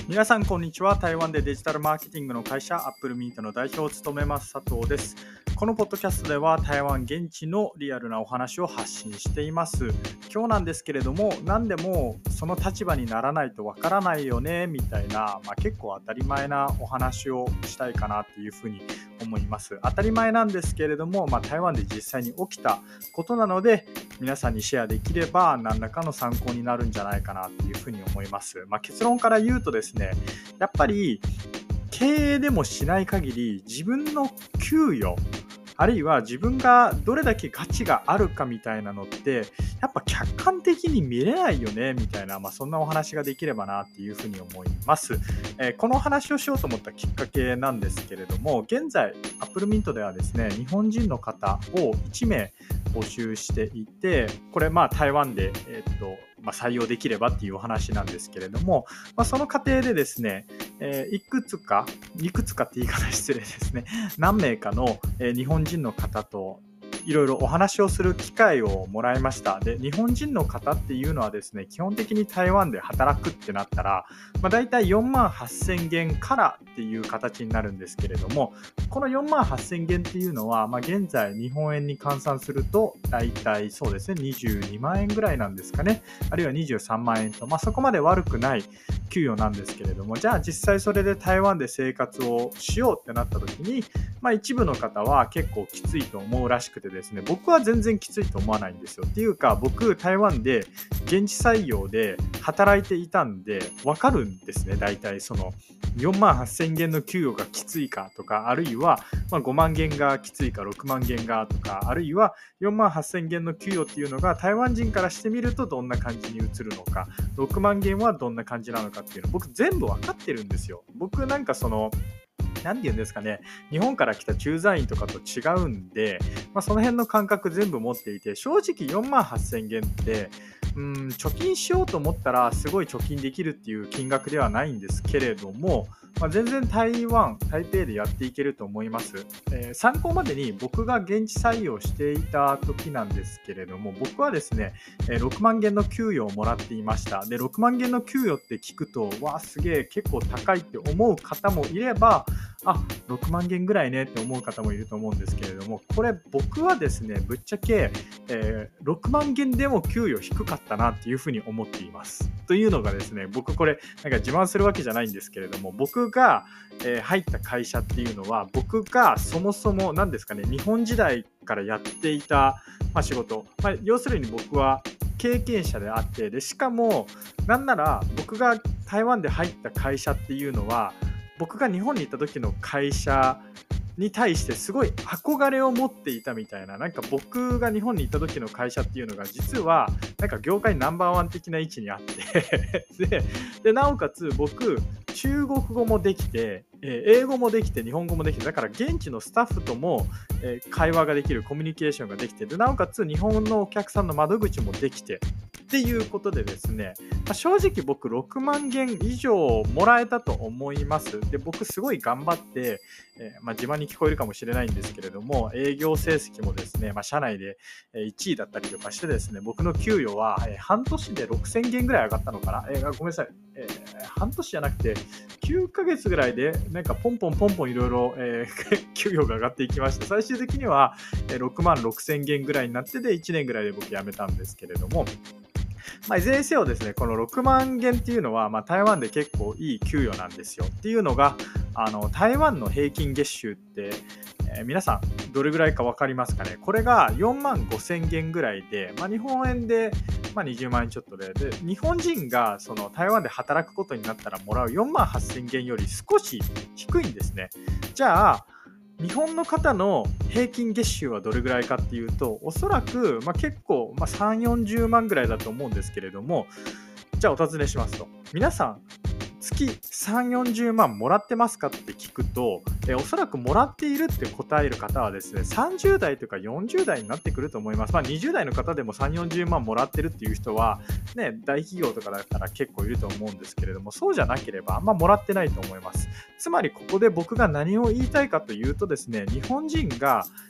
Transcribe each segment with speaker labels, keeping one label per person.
Speaker 1: 皆さんこんにちは。台湾でデジタルマーケティングの会社アップルミートの代表を務めます佐藤です。このポッドキャストでは台湾現地のリアルなお話を発信しています。今日なんですけれども、何でもその立場にならないとわからないよねみたいな、結構当たり前なお話をしたいかなっていうふうに思います。当たり前なんですけれども、台湾で実際に起きたことなので皆さんにシェアできれば何らかの参考になるんじゃないかなっていうふうに思います。結論から言うとですね、やっぱり経営でもしない限り自分の給与あるいは自分がどれだけ価値があるかみたいなのってやっぱ客観的に見れないよねみたいな、そんなお話ができればなっていうふうに思います。このお話をしようと思ったきっかけなんですけれども、現在アップルミントではですね、日本人の方を1名募集していて、これ台湾で、採用できればっていうお話なんですけれども、その過程でですね、いくつかって言い方失礼ですね、何名かの、日本人の方といろいろお話をする機会をもらいました。で、日本人の方っていうのはですね、基本的に台湾で働くってなったら、だいたい48,000元からっていう形になるんですけれども、この48,000元っていうのは、現在日本円に換算するとだいたいそうですね、22万円ぐらいなんですかね、あるいは23万円と、そこまで悪くない給与なんですけれども、じゃあ実際それで台湾で生活をしようってなった時に、一部の方は結構きついと思うらしくてですね、僕は全然きついと思わないんですよ。っていうか、僕台湾で現地採用で働いていたんで分かるんですね。大体その48,000元の給与がきついかとか、あるいは5万元がきついか6万元がとか、あるいは48,000元の給与っていうのが台湾人からしてみるとどんな感じに映るのか、6万元はどんな感じなのかっていうの僕全部分かってるんですよ。僕なんかなんて言うんですかね、日本から来た駐在員とかと違うんで、その辺の感覚全部持っていて、正直48,000元って貯金しようと思ったらすごい貯金できるっていう金額ではないんですけれども、全然台北でやっていけると思います。参考までに僕が現地採用していた時なんですけれども、僕はですね、6万元の給与をもらっていました。で、6万元の給与って聞くと、すげえ結構高いって思う方もいれば、6万元ぐらいねって思う方もいると思うんですけれども、これ僕はですね、ぶっちゃけ、6万元でも給与低かったなっていうふうに思っています。というのがですね、僕これなんか自慢するわけじゃないんですけれども、僕が、入った会社っていうのは、僕がそもそも何ですかね、日本時代からやっていた、仕事、要するに僕は経験者であって、でしかもなんなら僕が台湾で入った会社っていうのは、僕が日本に行った時の会社に対してすごい憧れを持っていたみたいな、なんか僕が日本に行った時の会社っていうのが実はなんか業界ナンバーワン的な位置にあってでなおかつ僕中国語もできて、英語もできて日本語もできて、だから現地のスタッフとも、会話ができる、コミュニケーションができて、でなおかつ日本のお客さんの窓口もできてっていうことでですね、正直僕6万元以上もらえたと思います。で、僕すごい頑張って、自慢に聞こえるかもしれないんですけれども、営業成績もですね、社内で1位だったりとかしてですね、僕の給与は半年で6,000元ぐらい上がったのかな。ごめんなさい、半年じゃなくて9ヶ月ぐらいでなんかポンポンいろいろ給与が上がっていきまして、最終的には6万6,000元ぐらいになってで1年ぐらいで僕辞めたんですけれども、いずれにせよですね、この6万元っていうのは、台湾で結構いい給与なんですよっていうのが、台湾の平均月収って、皆さんどれぐらいか分かりますかね。これが45,000元ぐらいで、日本円で、20万円ちょっとで、日本人がその台湾で働くことになったらもらう48,000元より少し低いんですね。じゃあ日本の方の平均月収はどれぐらいかっていうと、おそらく、結構、3、40万ぐらいだと思うんですけれども、じゃあお尋ねしますと、皆さん月3、40万もらってますかって聞くと、おそらくもらっているって答える方はですね、30代とか40代になってくると思います。20代の方でも3、40万もらってるっていう人は、大企業とかだったら結構いると思うんですけれども、そうじゃなければあんまもらってないと思います。つまりここで僕が何を言いたいかというとですね、日本人が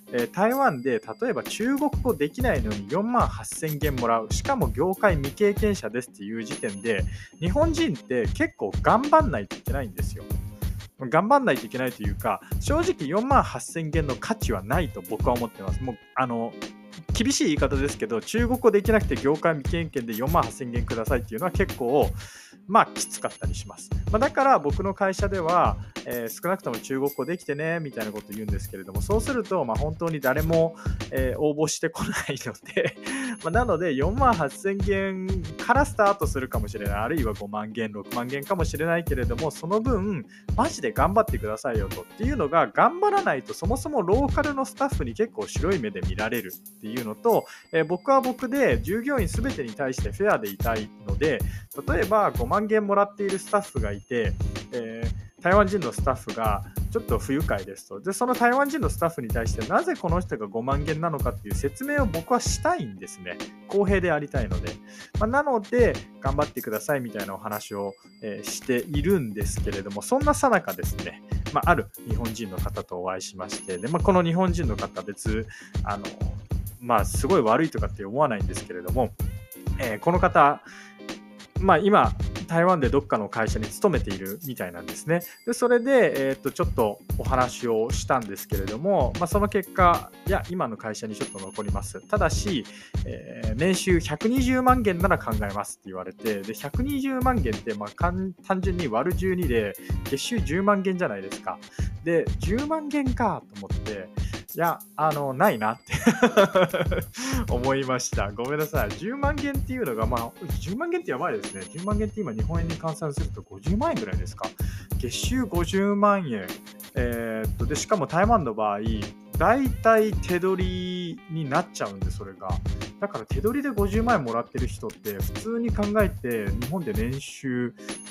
Speaker 1: 台湾で例えば中国語できないのに4万8000元もらう、しかも業界未経験者ですっていう時点で、日本人って結構頑張んないといけないんですよ。頑張んないといけないというか、正直4万8000元の価値はないと僕は思ってます。もう厳しい言い方ですけど、中国語できなくて業界未経験で4万8000元くださいっていうのは結構きつかったりします。だから僕の会社では、少なくとも中国語できてねみたいなことを言うんですけれども、そうすると本当に誰も、応募してこないのでなので4万8000元からスタートするかもしれない、あるいは5万元6万元かもしれないけれども、その分マジで頑張ってくださいよとっていうのが、頑張らないとそもそもローカルのスタッフに結構白い目で見られるっていうのと、僕は僕で従業員全てに対してフェアでいたいので、例えば5万元もらっているスタッフがいて、台湾人のスタッフがちょっと不愉快ですと。で、その台湾人のスタッフに対してなぜこの人が5万元なのかっていう説明を僕はしたいんですね。公平でありたいので。なので、頑張ってくださいみたいなお話を、しているんですけれども、そんなさなかですね、ある日本人の方とお会いしまして、で、この日本人の方別、すごい悪いとかって思わないんですけれども、この方、今台湾でどっかの会社に勤めているみたいなんですね。でそれで、ちょっとお話をしたんですけれども、その結果、いや今の会社にちょっと残ります、ただし、年収120万元なら考えますって言われて、で120万元って単純に割る12で月収10万元じゃないですか。で10万元かと思って、いやないなって思いました。ごめんなさい。10万元っていうのが、10万元ってやばいですね。10万元って今日本円に換算すると50万円ぐらいですか。月収50万円。でしかも台湾の場合、だいたい手取りになっちゃうんで、それが。だから手取りで50万円もらってる人って普通に考えて日本で年収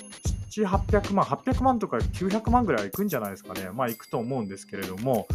Speaker 1: 800万、800万とか900万ぐらいいくんじゃないですかね。いくと思うんですけれども、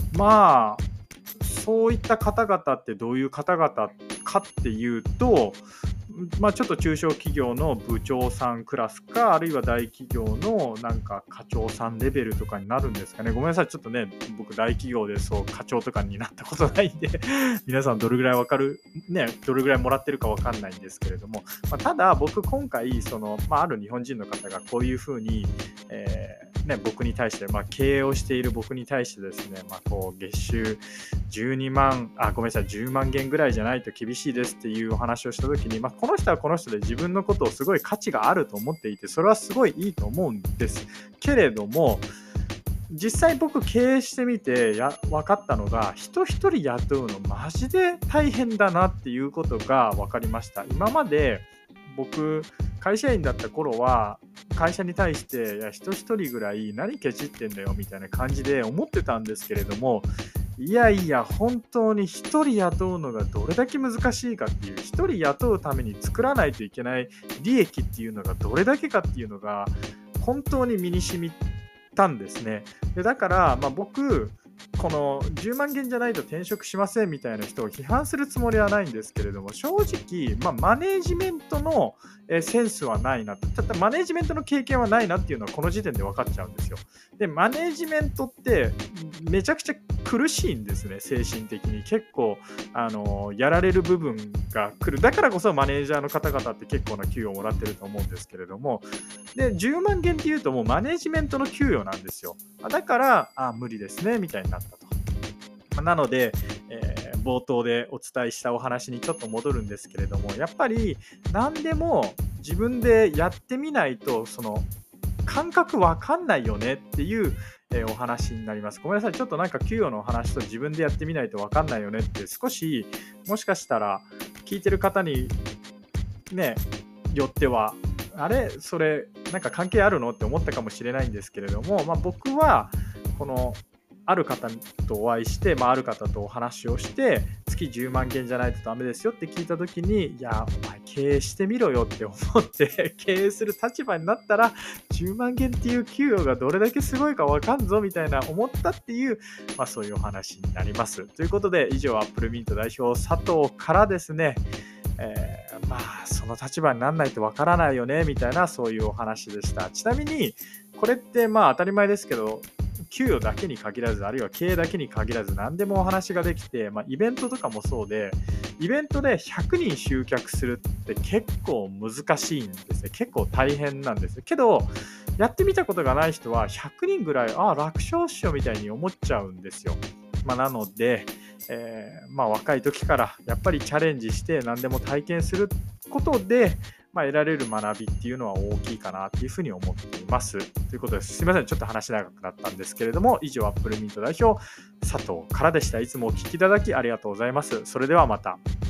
Speaker 1: そういった方々ってどういう方々かっていうと、ちょっと中小企業の部長さんクラスか、あるいは大企業の課長さんレベルとかになるんですかね。ごめんなさい、ちょっとね、僕大企業で課長とかになったことないんで皆さんどれぐらいどれぐらいもらってるか分かんないんですけれども、ただ僕今回ある日本人の方がこういうふうに、僕に対して、経営をしている僕に対してですね、月収10万元ぐらいじゃないと厳しいですっていうお話をしたときに、この人はこの人で自分のことをすごい価値があると思っていて、それはすごいいいと思うんですけれども、実際僕経営してみて分かったのが、人一人雇うのマジで大変だなっていうことが分かりました。今まで僕会社員だった頃は会社に対して、いや人一人ぐらい何ケチってんだよみたいな感じで思ってたんですけれども、いや本当に一人雇うのがどれだけ難しいかっていう、一人雇うために作らないといけない利益っていうのがどれだけかっていうのが本当に身に染みたんですね。でだから僕この10万元じゃないと転職しませんみたいな人を批判するつもりはないんですけれども、正直、マネージメントのセンスはないな、ただマネージメントの経験はないなっていうのはこの時点で分かっちゃうんですよ。でマネージメントってめちゃくちゃ苦しいんですね、精神的に。結構やられる部分が来る。だからこそマネージャーの方々って結構な給与をもらってると思うんですけれども、で10万元っていうともうマネージメントの給与なんですよ。だから無理ですねみたいになったと。なので、冒頭でお伝えしたお話にちょっと戻るんですけれども、やっぱり何でも自分でやってみないとその感覚わかんないよねっていう、お話になります。ごめんなさい、ちょっと給与の話と自分でやってみないとわかんないよねって少しもしかしたら聞いてる方にねよってはそれ関係あるのって思ったかもしれないんですけれども、僕はこのある方とお会いして、ある方とお話をして月10万元じゃないとダメですよって聞いた時に、いやお前経営してみろよって思って経営する立場になったら10万元っていう給与がどれだけすごいか分かんぞみたいな思ったっていう、そういうお話になります。ということで以上アップルミント代表佐藤からですね、その立場にならないとわからないよねみたいなそういうお話でした。ちなみにこれって当たり前ですけど、 給与だけに限らず、あるいは経営だけに限らず、何でもお話ができて、イベントとかもそうで、イベントで100人集客するって結構難しいんですね。結構大変なんですけど、やってみたことがない人は100人ぐらい、楽勝っしょみたいに思っちゃうんですよ。なので、若い時からやっぱりチャレンジして何でも体験することで、得られる学びっていうのは大きいかなというふうに思っています。ということです。すみません、ちょっと話長くなったんですけれども、以上、アップルミント代表、佐藤からでした。いつもお聞きいただきありがとうございます。それではまた。